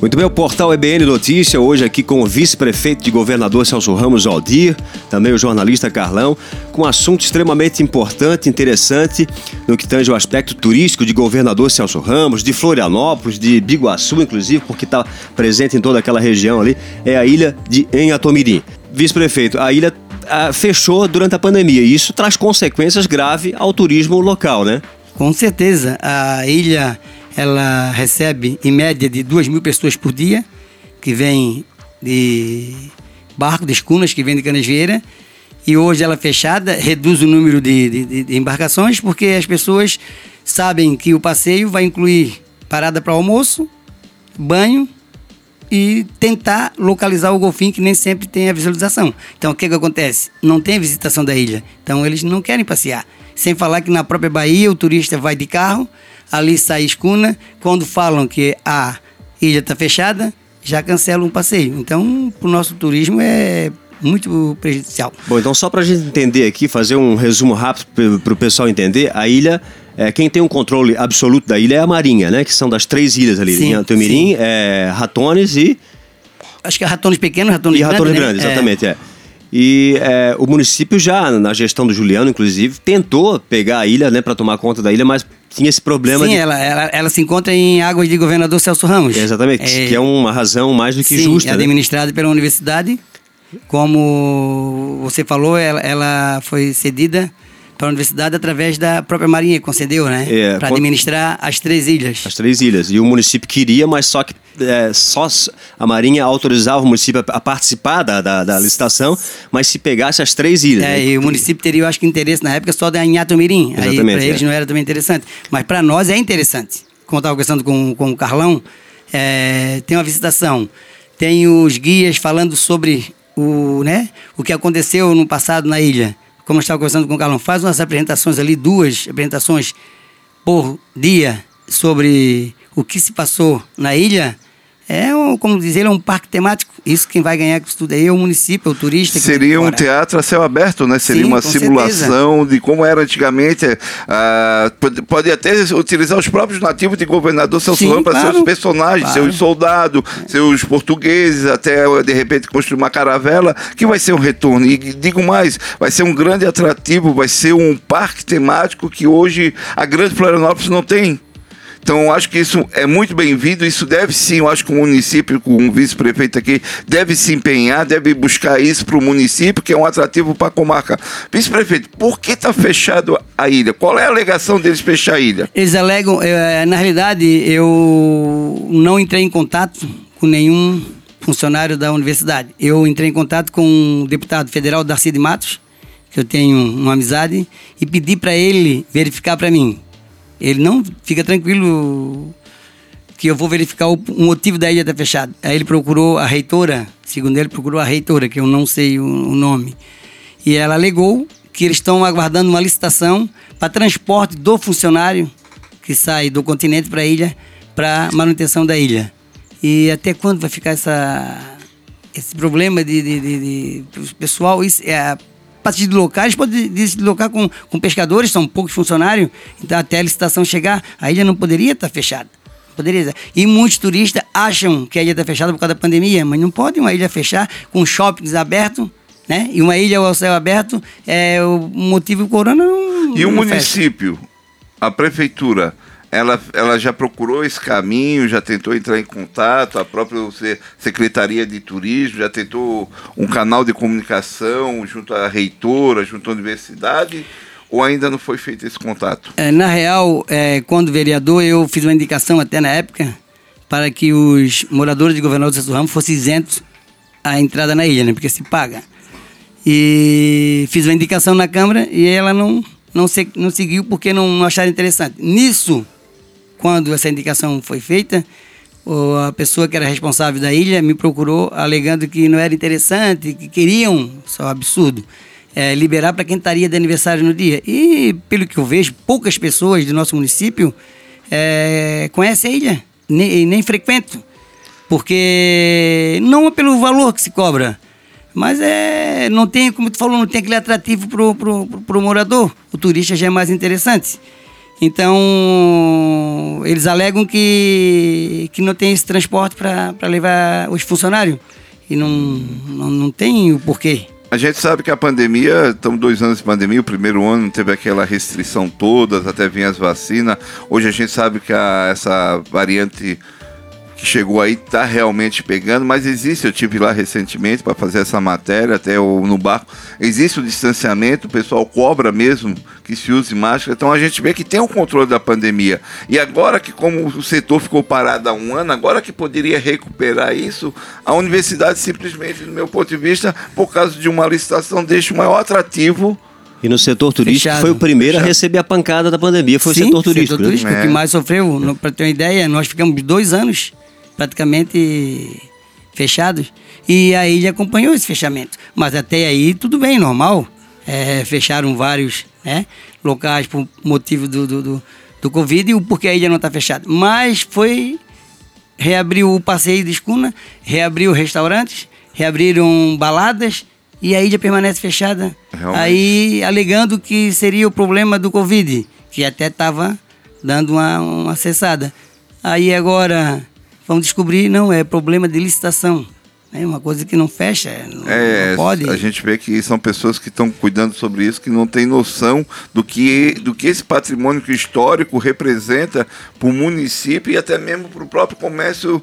Muito bem, o portal EBN Notícia, hoje aqui com o vice-prefeito de Governador Celso Ramos Aldir, também o jornalista Carlão, com um assunto extremamente importante, interessante, no que tange o aspecto turístico de Governador Celso Ramos, de Florianópolis, de Biguaçu, inclusive, porque está presente em toda aquela região ali, é a ilha de Inhatomirim. Vice-prefeito, a ilha fechou durante a pandemia e isso traz consequências graves ao turismo local, né? Com certeza, a ilha ela recebe em média de 2.000 pessoas por dia, que vêm de barco, de escunas, que vêm de Canasvieira, e hoje ela fechada, reduz o número de embarcações, porque as pessoas sabem que o passeio vai incluir parada para almoço, banho e tentar localizar o golfinho, que nem sempre tem a visualização. Então o que acontece? Não tem a visitação da ilha, então eles não querem passear. Sem falar que na própria Bahia o turista vai de carro, ali sai escuna, quando falam que a ilha está fechada, já cancelam o passeio. Então, para o nosso turismo é muito prejudicial. Bom, então só para a gente entender aqui, fazer um resumo rápido para o pessoal entender, a ilha, quem tem um controle absoluto da ilha é a Marinha, né? Que são das 3 ilhas ali, Inhatomirim, Ratones e... Acho que é Ratones pequenos, Ratones grandes. E Ratones grandes, exatamente, E o município já, na gestão do Juliano, inclusive, tentou pegar a ilha, né, para tomar conta da ilha, mas tinha esse problema. Sim, ela se encontra em águas de Governador Celso Ramos. Exatamente, que é uma razão mais do que justa. É administrada pela universidade. Como você falou, ela foi cedida para a universidade através da própria Marinha, que concedeu, né? Para administrar as 3 ilhas. As 3 ilhas. E o município queria, mas só que só a Marinha autorizava o município a participar da licitação, mas se pegasse as 3 ilhas. Né? E o município teria, eu acho que interesse na época só da Inhatomirim. Aí para eles não era também interessante. Mas para nós é interessante. Como eu estava conversando com o Carlão, tem uma visitação, tem os guias falando sobre o que aconteceu no passado na ilha. Como eu estava conversando com o Carlão, faz umas apresentações ali, 2 apresentações por dia sobre o que se passou na ilha. Como dizer, é um parque temático. Isso quem vai ganhar com isso tudo aí é o município, o turista. Seria um teatro a céu aberto, né? Seria uma simulação certeza. De como era antigamente. Pode até utilizar os próprios nativos de Governador Celso Ramos para seus personagens, seus soldados, seus portugueses, até de repente construir uma caravela, que vai ser um retorno. E digo mais, vai ser um grande atrativo, vai ser um parque temático que hoje a Grande Florianópolis não tem. Então, acho que isso é muito bem-vindo, isso deve sim, eu acho que o município, com o vice-prefeito aqui, deve se empenhar, deve buscar isso para o município, que é um atrativo para a comarca. Vice-prefeito, por que está fechado a ilha? Qual é a alegação deles fechar a ilha? Eles alegam, na realidade, eu não entrei em contato com nenhum funcionário da universidade. Eu entrei em contato com o deputado federal Darcy de Matos, que eu tenho uma amizade, e pedi para ele verificar para mim. Ele não fica tranquilo que eu vou verificar o motivo da ilha estar fechada. Aí ele procurou a reitora, segundo ele, procurou a reitora, que eu não sei o nome. E ela alegou que eles estão aguardando uma licitação para transporte do funcionário que sai do continente para a ilha, para manutenção da ilha. E até quando vai ficar esse problema de pessoal? Isso a partir de locais, pode deslocar com pescadores, são poucos funcionários, então até a licitação chegar, a ilha não poderia estar fechada. E muitos turistas acham que a ilha está fechada por causa da pandemia, mas não pode uma ilha fechar com shoppings abertos, né? E uma ilha ao céu aberto, o motivo corona não. E o município, a prefeitura, ela já procurou esse caminho, já tentou entrar em contato, a própria Secretaria de Turismo já tentou um canal de comunicação junto à reitora, junto à universidade, ou ainda não foi feito esse contato? Na real, quando vereador, eu fiz uma indicação até na época para que os moradores de Governador Celso Ramos fossem isentos à entrada na ilha, né, porque se paga. E fiz uma indicação na Câmara e ela não seguiu porque não acharam interessante. Nisso, quando essa indicação foi feita, a pessoa que era responsável da ilha me procurou alegando que não era interessante, que queriam, só absurdo, liberar para quem estaria de aniversário no dia. E, pelo que eu vejo, poucas pessoas do nosso município conhecem a ilha, nem frequentam, porque não é pelo valor que se cobra, mas não tem, como tu falou, não tem aquele atrativo pro morador. O turista já é mais interessante. Então, eles alegam que não tem esse transporte para levar os funcionários. E não tem o porquê. A gente sabe que a pandemia, estamos 2 anos de pandemia, o primeiro ano teve aquela restrição toda, até vir as vacinas. Hoje a gente sabe que essa variante que chegou aí está realmente pegando, mas existe, eu estive lá recentemente para fazer essa matéria, até no barco, existe o distanciamento, o pessoal cobra mesmo que se use máscara, então a gente vê que tem o controle da pandemia. E agora que, como o setor ficou parado há 1 ano, agora que poderia recuperar isso, a universidade simplesmente, do meu ponto de vista, por causa de uma licitação, deixa o maior atrativo. E no setor turístico fechado. Foi o primeiro a receber a pancada da pandemia, foi o setor turístico. O setor turístico que mais sofreu, para ter uma ideia, nós ficamos 2 anos praticamente fechados, e a ilha acompanhou esse fechamento. Mas até aí tudo bem, normal. Fecharam vários locais por motivo do Covid, e o porquê a ilha não está fechada. Mas reabriu o passeio de escuna, reabriu restaurantes, reabriram baladas, e a ilha permanece fechada. Realmente. Aí alegando que seria o problema do Covid, que até estava dando uma cessada. Aí agora vamos descobrir, não, é problema de licitação. É uma coisa que não fecha, não pode. A gente vê que são pessoas que estão cuidando sobre isso, que não têm noção do que esse patrimônio histórico representa para o município e até mesmo para o próprio comércio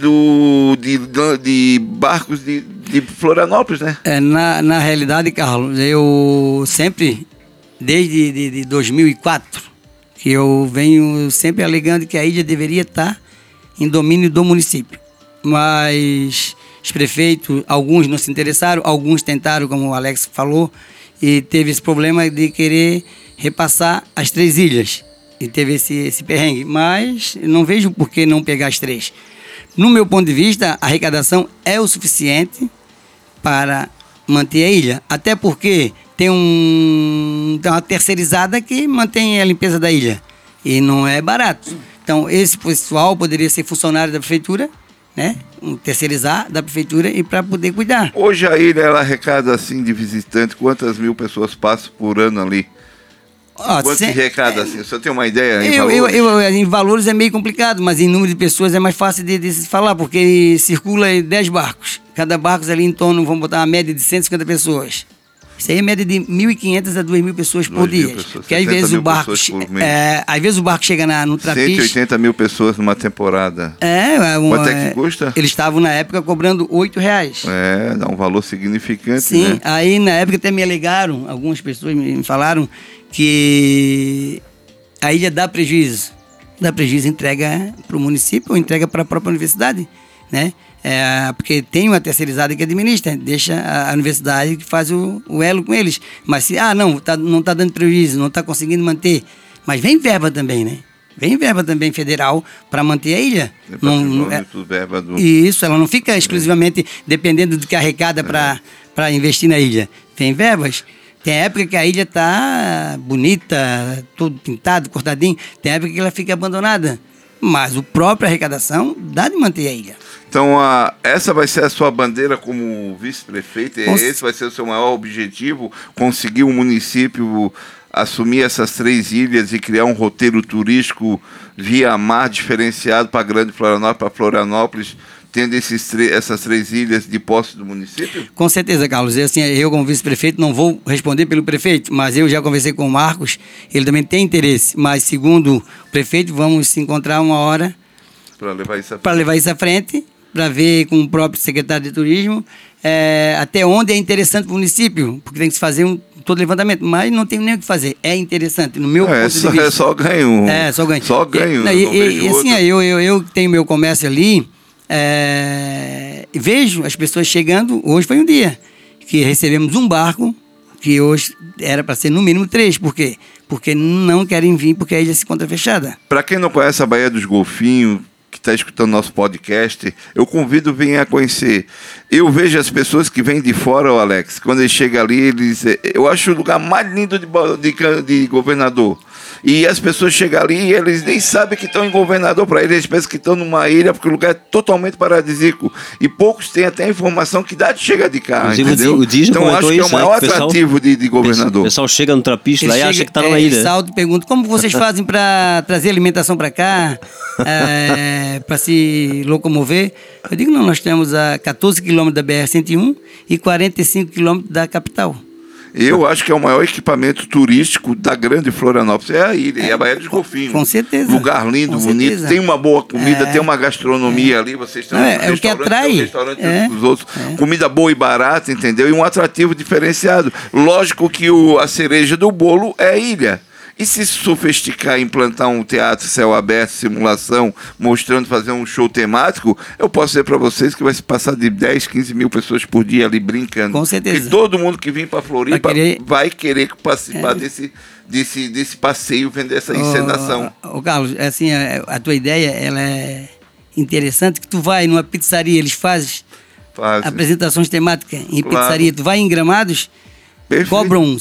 de barcos de Florianópolis, né? Na realidade, Carlos, eu sempre, desde 2004, que eu venho sempre alegando que a ilha deveria estar em domínio do município. Mas os prefeitos, alguns não se interessaram, alguns tentaram, como o Alex falou, e teve esse problema de querer repassar as 3 ilhas. E teve esse perrengue. Mas não vejo por que não pegar as 3. No meu ponto de vista, a arrecadação é o suficiente para manter a ilha. Até porque tem uma terceirizada que mantém a limpeza da ilha. E não é barato. Então, esse pessoal poderia ser funcionário da prefeitura, né? Terceirizar da prefeitura e para poder cuidar. Hoje a ilha, ela arrecada assim de visitante, quantas mil pessoas passam por ano ali? Quanto se arrecada assim? O senhor tem uma ideia em valores? Em valores é meio complicado, mas em número de pessoas é mais fácil de se falar, porque circula 10 barcos. Cada barco ali em torno, vamos botar uma média de 150 pessoas. Isso aí é média de 1.500 a 2.000 pessoas por dia. Porque às vezes o barco chega no Trapiche. 180 mil pessoas numa temporada. Quanto é que custa? Eles estavam na época cobrando R$8. Dá um valor significante. Sim, né? Aí na época até me alegaram, algumas pessoas me falaram que a ilha dá prejuízo. Dá prejuízo, entrega para o município ou entrega para a própria universidade, né? Porque tem uma terceirizada que administra, deixa a universidade que faz o elo com eles. Mas se, não está dando prejuízo, não está conseguindo manter. Mas vem verba também, né? Vem verba também federal para manter a ilha. Isso, ela não fica exclusivamente dependendo do que arrecada para investir na ilha. Tem verbas. Tem época que a ilha está bonita, tudo pintado, cortadinho. Tem época que ela fica abandonada. Mas a própria arrecadação dá de manter a ilha. Então, essa vai ser a sua bandeira como vice-prefeito? Esse vai ser o seu maior objetivo? Conseguir o município assumir essas 3 ilhas e criar um roteiro turístico via mar diferenciado para a Grande Florianópolis, para Florianópolis, tendo essas 3 ilhas de posse do município? Com certeza, Carlos. Eu como vice-prefeito, não vou responder pelo prefeito, mas eu já conversei com o Marcos, ele também tem interesse, mas segundo o prefeito, vamos se encontrar uma hora para levar isso à frente, para ver com o próprio secretário de turismo até onde é interessante para o município, porque tem que se fazer todo levantamento, mas não tem nem o que fazer, é interessante, no meu ponto de vista. É só ganho. Só ganho. E assim, eu tenho meu comércio ali, vejo as pessoas chegando. Hoje foi um dia que recebemos um barco que hoje era para ser no mínimo 3. Por quê? Porque não querem vir, porque a ilha se encontra fechada. Para quem não conhece a Baía dos Golfinhos, que está escutando nosso podcast, eu convido a vir a conhecer. Eu vejo as pessoas que vêm de fora, Alex, quando eles chegam ali, eu acho o lugar mais lindo de Governador. E as pessoas chegam ali e eles nem sabem que estão em Governador. Para eles pensam que estão numa ilha, porque o lugar é totalmente paradisíaco. E poucos têm até a informação que dá de chegar de carro, entendeu? Então acho que é o maior atrativo de Governador. O pessoal chega no trapiche lá e acha que está numa ilha. Salto e pergunta, como vocês fazem para trazer alimentação para cá, para se locomover? Eu digo, não, nós temos a 14 quilômetros da BR-101 e 45 quilômetros da capital. Eu acho que é o maior equipamento turístico da grande Florianópolis. É a ilha, é a Baía dos Golfinhos. Com certeza. Lugar lindo, bonito. Certeza. Tem uma boa comida, tem uma gastronomia ali. Vocês têm um o que atrai. Tem um restaurante dos outros. Comida boa e barata, entendeu? E um atrativo diferenciado. Lógico que a cereja do bolo é a ilha. E se sofisticar, implantar um teatro céu aberto, simulação, mostrando, fazer um show temático, eu posso dizer para vocês que vai se passar de 10, 15 mil pessoas por dia ali brincando. Com certeza. Porque todo mundo que vem para Floripa vai querer participar desse passeio, vender essa encenação. Carlos, assim, a tua ideia ela é interessante, que tu vai numa pizzaria, eles fazem apresentações temáticas em pizzaria, tu vai em Gramados, cobram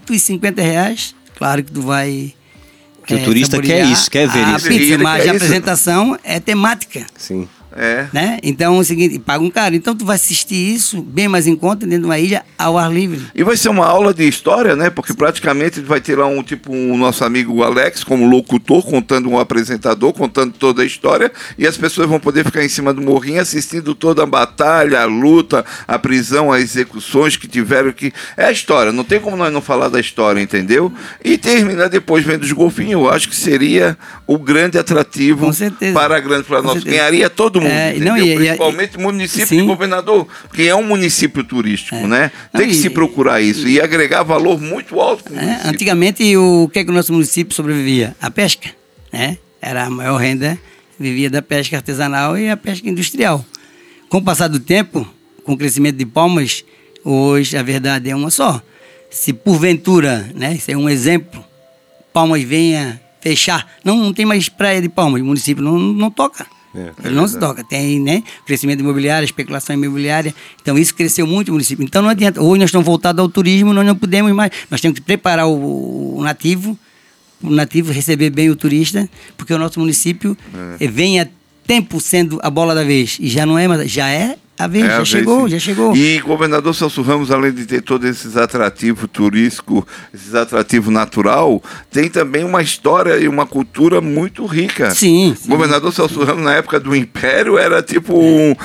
R$150. Claro que tu vai... Que o turista quer isso, quer ver isso. Pizza, mas a apresentação é temática. Sim. Né? Então é o seguinte, paga um caro. Então tu vai assistir isso bem mais em conta dentro de uma ilha ao ar livre. E vai ser uma aula de história, né? Porque praticamente vai ter lá o nosso amigo Alex como locutor, contando um apresentador, contando toda a história, e as pessoas vão poder ficar em cima do morrinho assistindo toda a batalha, a luta, a prisão, as execuções que tiveram que... É a história, não tem como nós não falar da história, entendeu? E terminar depois vendo os golfinhos, eu acho que seria o grande atrativo para a Grande Florianópolis. Ganharia todo mundo. Principalmente o município de Governador, que é um município turístico, né? Tem que se procurar isso e agregar valor muito alto para o município. Antigamente, o que é que o nosso município sobrevivia? A pesca, né? Era a maior renda, vivia da pesca artesanal e a pesca industrial. Com o passar do tempo, com o crescimento de Palmas, hoje a verdade é uma só. Se porventura, né? Isso é um exemplo, Palmas venha fechar, não tem mais praia de Palmas, o município não toca. Ele não se toca, tem, né, crescimento imobiliário, especulação imobiliária, então isso cresceu muito o município. Então não adianta, hoje nós estamos voltados ao turismo, nós não podemos mais, nós temos que preparar o nativo receber bem o turista, porque o nosso município vem há tempo sendo a bola da vez, e já não é mais, já é a vez, já chegou. E Governador Celso Ramos, além de ter todos esses atrativos turísticos, esses atrativos natural, tem também uma história e uma cultura muito rica. Sim. Governador Celso Ramos, na época do Império, era tipo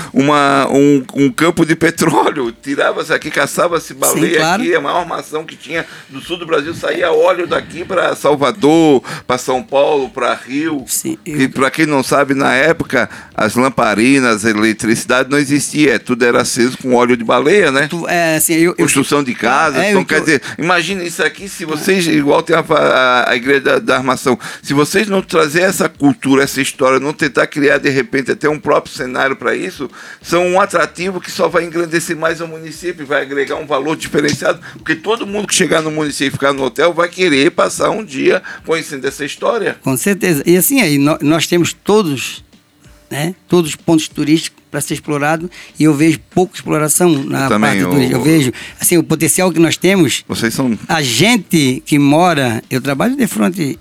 um campo de petróleo. Tirava-se aqui, caçava-se baleia aqui, a maior armação que tinha do sul do Brasil, saía óleo daqui para Salvador, para São Paulo, para Rio. Sim. E para quem não sabe, na época, as lamparinas, a eletricidade não existia. Tudo era aceso com óleo de baleia, né? Construção de casas. Então, quer dizer, imagine isso aqui, se vocês, igual tem a Igreja da Armação, se vocês não trazer essa cultura, essa história, não tentar criar, de repente, até um próprio cenário para isso, são um atrativo que só vai engrandecer mais o município, vai agregar um valor diferenciado, porque todo mundo que chegar no município e ficar no hotel vai querer passar um dia conhecendo essa história. Com certeza. E assim, aí nós temos todos os pontos turísticos para ser explorado, e eu vejo pouca exploração na parte turística. Eu vejo assim, o potencial que nós temos. Vocês são... A gente que mora, eu trabalho de frente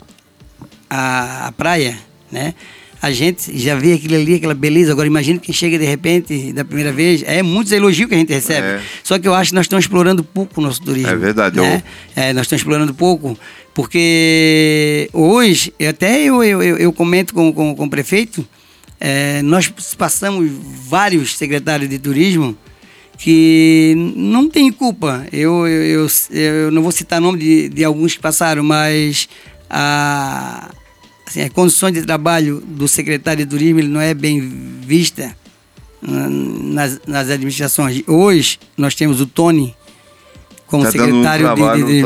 à praia, né? A gente já vê aquilo ali, aquela beleza. Agora imagina quem chega de repente, da primeira vez, muitos elogios que a gente recebe. Só que eu acho que nós estamos explorando pouco o nosso turismo. É verdade. Né? Nós estamos explorando pouco, porque hoje, eu comento com o prefeito, nós passamos vários secretários de turismo que não tem culpa. Eu não vou citar o nome de alguns que passaram, mas as condições de trabalho do secretário de turismo ele não é bem vista nas administrações. Hoje nós temos o Tony como secretário de turismo.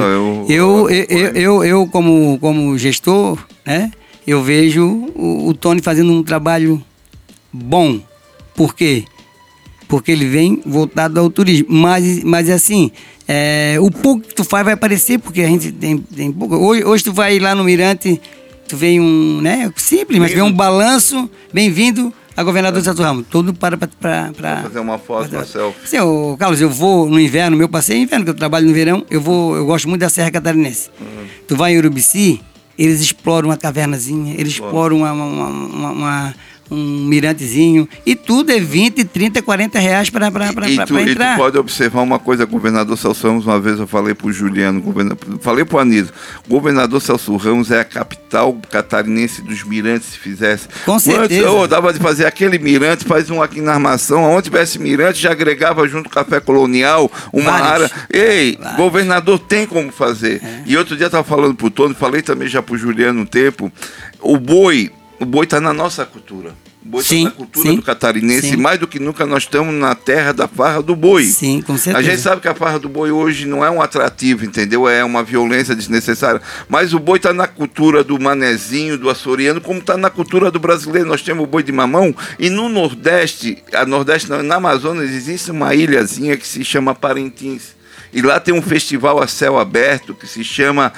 Eu como gestor, né? Eu vejo o Tony fazendo um trabalho bom. Por quê? Porque ele vem voltado ao turismo. Mas assim, o pouco que tu faz vai aparecer, porque a gente tem pouco. Hoje tu vai lá no Mirante, tu vê simples, mas vê um balanço, bem-vindo a Governador Celso Ramos. Todo para fazer uma foto, uma selfie. Sim, Carlos, eu vou no inverno, meu passeio é inverno, que eu trabalho no verão, eu gosto muito da Serra Catarinense. Tu vai em Urubici, eles exploram uma cavernazinha, eles exploram um mirantezinho, e tudo é 20, 30, 40 reais para entrar. E tu pode observar uma coisa, governador Celso Ramos, uma vez eu falei para o Juliano, falei para o Anísio, governador Celso Ramos é a capital catarinense dos mirantes, se fizesse. Com certeza. Dava de fazer aquele mirante, faz um aqui na Armação, onde tivesse mirante, já agregava junto com o Café Colonial, uma área. Governador tem como fazer. E outro dia eu estava falando para o Tony, falei também já para o Juliano um tempo, o boi está na nossa cultura. O boi está na cultura do catarinense. Mais do que nunca nós estamos na terra da farra do boi. Sim, com certeza. A gente sabe que a farra do boi hoje não é um atrativo, entendeu? É uma violência desnecessária. Mas o boi está na cultura do manezinho, do açoriano, como está na cultura do brasileiro. Nós temos o boi de mamão. E no Nordeste, na Amazonas, existe uma ilhazinha que se chama Parintins. E lá tem um festival a céu aberto que se chama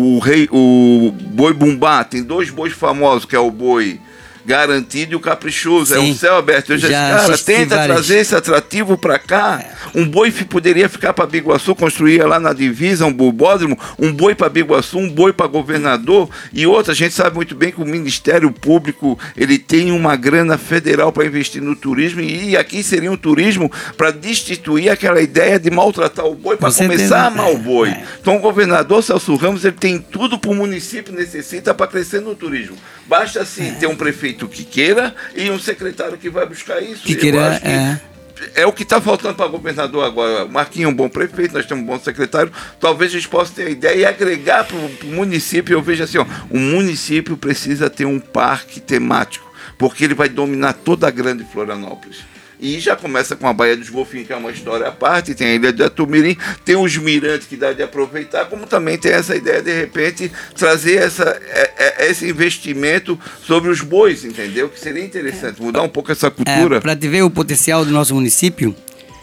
o Boi Bumbá. Tem 2 bois famosos, que é o boi garantido e o caprichoso. É um céu aberto. Eu já disse, cara, tenta trazer esse atrativo para cá. Um boi poderia ficar para Biguaçu, construir lá na divisa um bobódromo, um boi para Biguaçu, um boi para governador e outra. A gente sabe muito bem que o Ministério Público ele tem uma grana federal para investir no turismo, e aqui seria um turismo para destituir aquela ideia de maltratar o boi, para começar a amar o boi. Então o governador Celso Ramos ele tem tudo que o município necessita para crescer no turismo. Basta sim ter um prefeito que queira e um secretário que vai buscar isso. Que queira, é o que está faltando para governador agora. O Marquinhos é um bom prefeito, nós temos um bom secretário. Talvez a gente possa ter a ideia e agregar para o município. Eu vejo assim, o município precisa ter um parque temático, porque ele vai dominar toda a grande Florianópolis. E já começa com a Baía dos Golfinhos, que é uma história à parte, tem a Ilha de Atumirim, tem os mirantes que dá de aproveitar, como também tem essa ideia, de repente, trazer esse investimento sobre os bois, entendeu? Que seria interessante, mudar um pouco essa cultura. Para te ver o potencial do nosso município,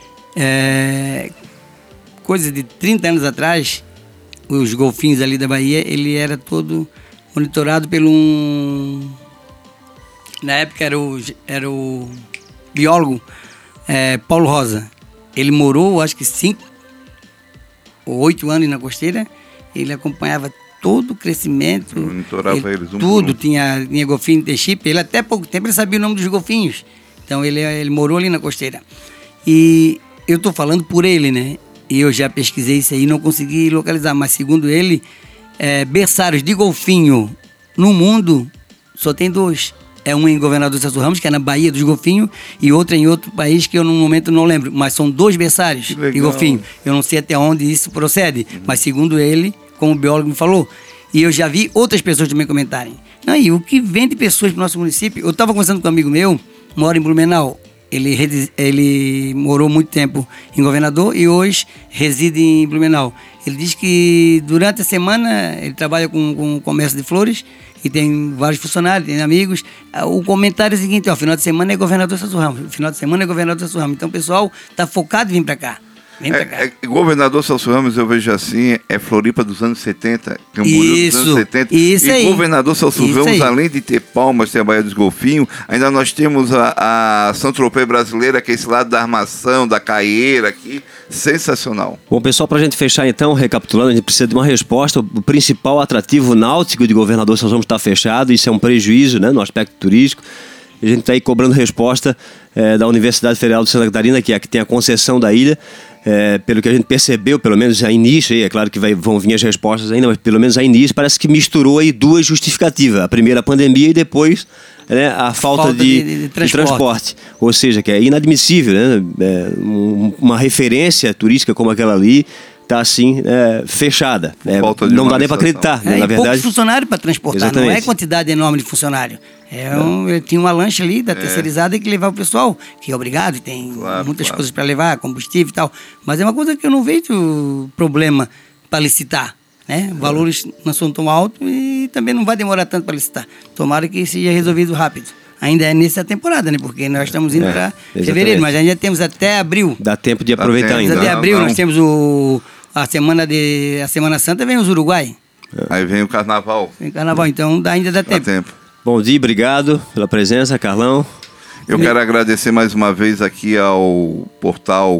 coisa de 30 anos atrás, os golfinhos ali da Bahia, ele era todo monitorado por um... Na época era o biólogo Paulo Rosa. Ele morou, acho que 5 ou 8 anos na costeira. Ele acompanhava todo o crescimento. Monitorava eles tudo. Tinha golfinho de chip. Ele até pouco tempo ele sabia o nome dos golfinhos. Então ele morou ali na costeira. E eu estou falando por ele, né? E eu já pesquisei isso aí e não consegui localizar. Mas segundo ele, berçários de golfinho no mundo só tem 2. Um em Governador Celso Ramos, que é na Baía dos Golfinhos, e outro em outro país que eu no momento não lembro. Mas são 2 berçários de golfinho. Eu não sei até onde isso procede, mas segundo ele, como o biólogo me falou. E eu já vi outras pessoas também comentarem. E o que vem de pessoas para o nosso município... Eu estava conversando com um amigo meu, mora em Blumenau. Ele morou muito tempo em Governador e hoje reside em Blumenau. Ele diz que durante a semana ele trabalha com o comércio de flores e tem vários funcionários, tem amigos. O comentário é o seguinte, final de semana é Governador Celso Ramos, final de semana é Governador Celso Ramos. Então o pessoal está focado em vir para cá. Governador Celso Ramos, eu vejo assim, é Floripa dos anos 70, Camboriú dos anos 70. Isso aí. Governador Celso Ramos, além de ter Palmas, tem a Baía dos Golfinhos, ainda nós temos a Saint-Tropez brasileira, que é esse lado da Armação, da Caieira aqui, sensacional. Bom, pessoal, para a gente fechar então, recapitulando, a gente precisa de uma resposta. O principal atrativo náutico de Governador Celso Ramos está fechado, isso é um prejuízo, né, no aspecto turístico. A gente está aí cobrando resposta da Universidade Federal de Santa Catarina, que é a que tem a concessão da ilha. Pelo que a gente percebeu, pelo menos a início, é claro que vão vir as respostas ainda, mas pelo menos a início parece que misturou aí 2 justificativas. A primeira, a pandemia, e depois a falta de transporte. Ou seja, que é inadmissível, né? Uma referência turística como aquela ali está assim fechada. Não dá nem para acreditar. Na verdade, poucos funcionários para transportar. Exatamente. Não é quantidade enorme de funcionário. Tinha uma lancha ali da terceirizada que levava o pessoal, que é obrigado, tem muitas coisas para levar, combustível e tal. Mas é uma coisa que eu não vejo problema para licitar. Né? Valores não são tão altos e também não vai demorar tanto para licitar. Tomara que seja resolvido rápido. Ainda é nessa temporada, né? Porque nós estamos indo para fevereiro, mas ainda temos até abril. Dá tempo de aproveitar ainda. Até abril nós temos a Semana Santa, vem os Uruguai. Aí vem o Carnaval. Então ainda dá tempo. Bom dia, obrigado pela presença, Carlão. Eu quero agradecer mais uma vez aqui ao portal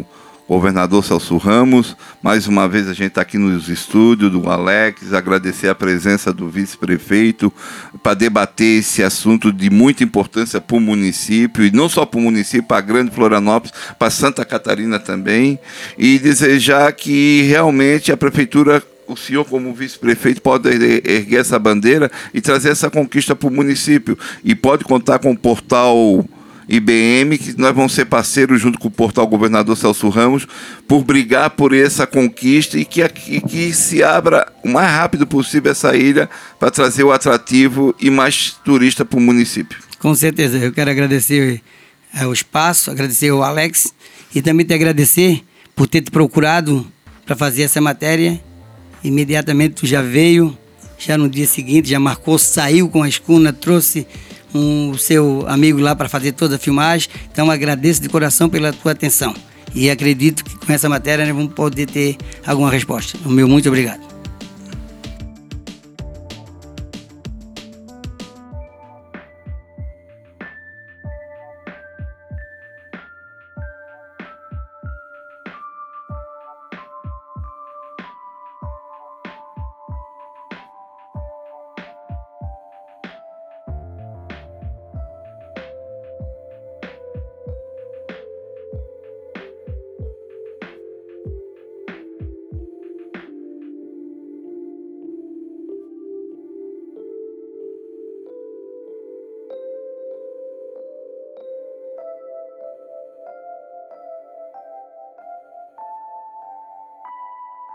governador Celso Ramos. Mais uma vez a gente está aqui nos estúdios do Alex, agradecer a presença do vice-prefeito para debater esse assunto de muita importância para o município, e não só para o município, para a Grande Florianópolis, para Santa Catarina também, e desejar que realmente a prefeitura, o senhor como vice-prefeito, pode erguer essa bandeira e trazer essa conquista para o município, e pode contar com o portal IBM, que nós vamos ser parceiros junto com o portal Governador Celso Ramos, por brigar por essa conquista, e que se abra o mais rápido possível essa ilha para trazer o atrativo e mais turista para o município. Com certeza, eu quero agradecer o espaço, agradecer ao Alex, e também te agradecer por ter te procurado para fazer essa matéria. Imediatamente tu já veio, já no dia seguinte, já marcou, saiu com a escuna, trouxe o seu amigo lá para fazer toda a filmagem. Então agradeço de coração pela tua atenção, e acredito que com essa matéria nós vamos poder ter alguma resposta. O meu muito obrigado.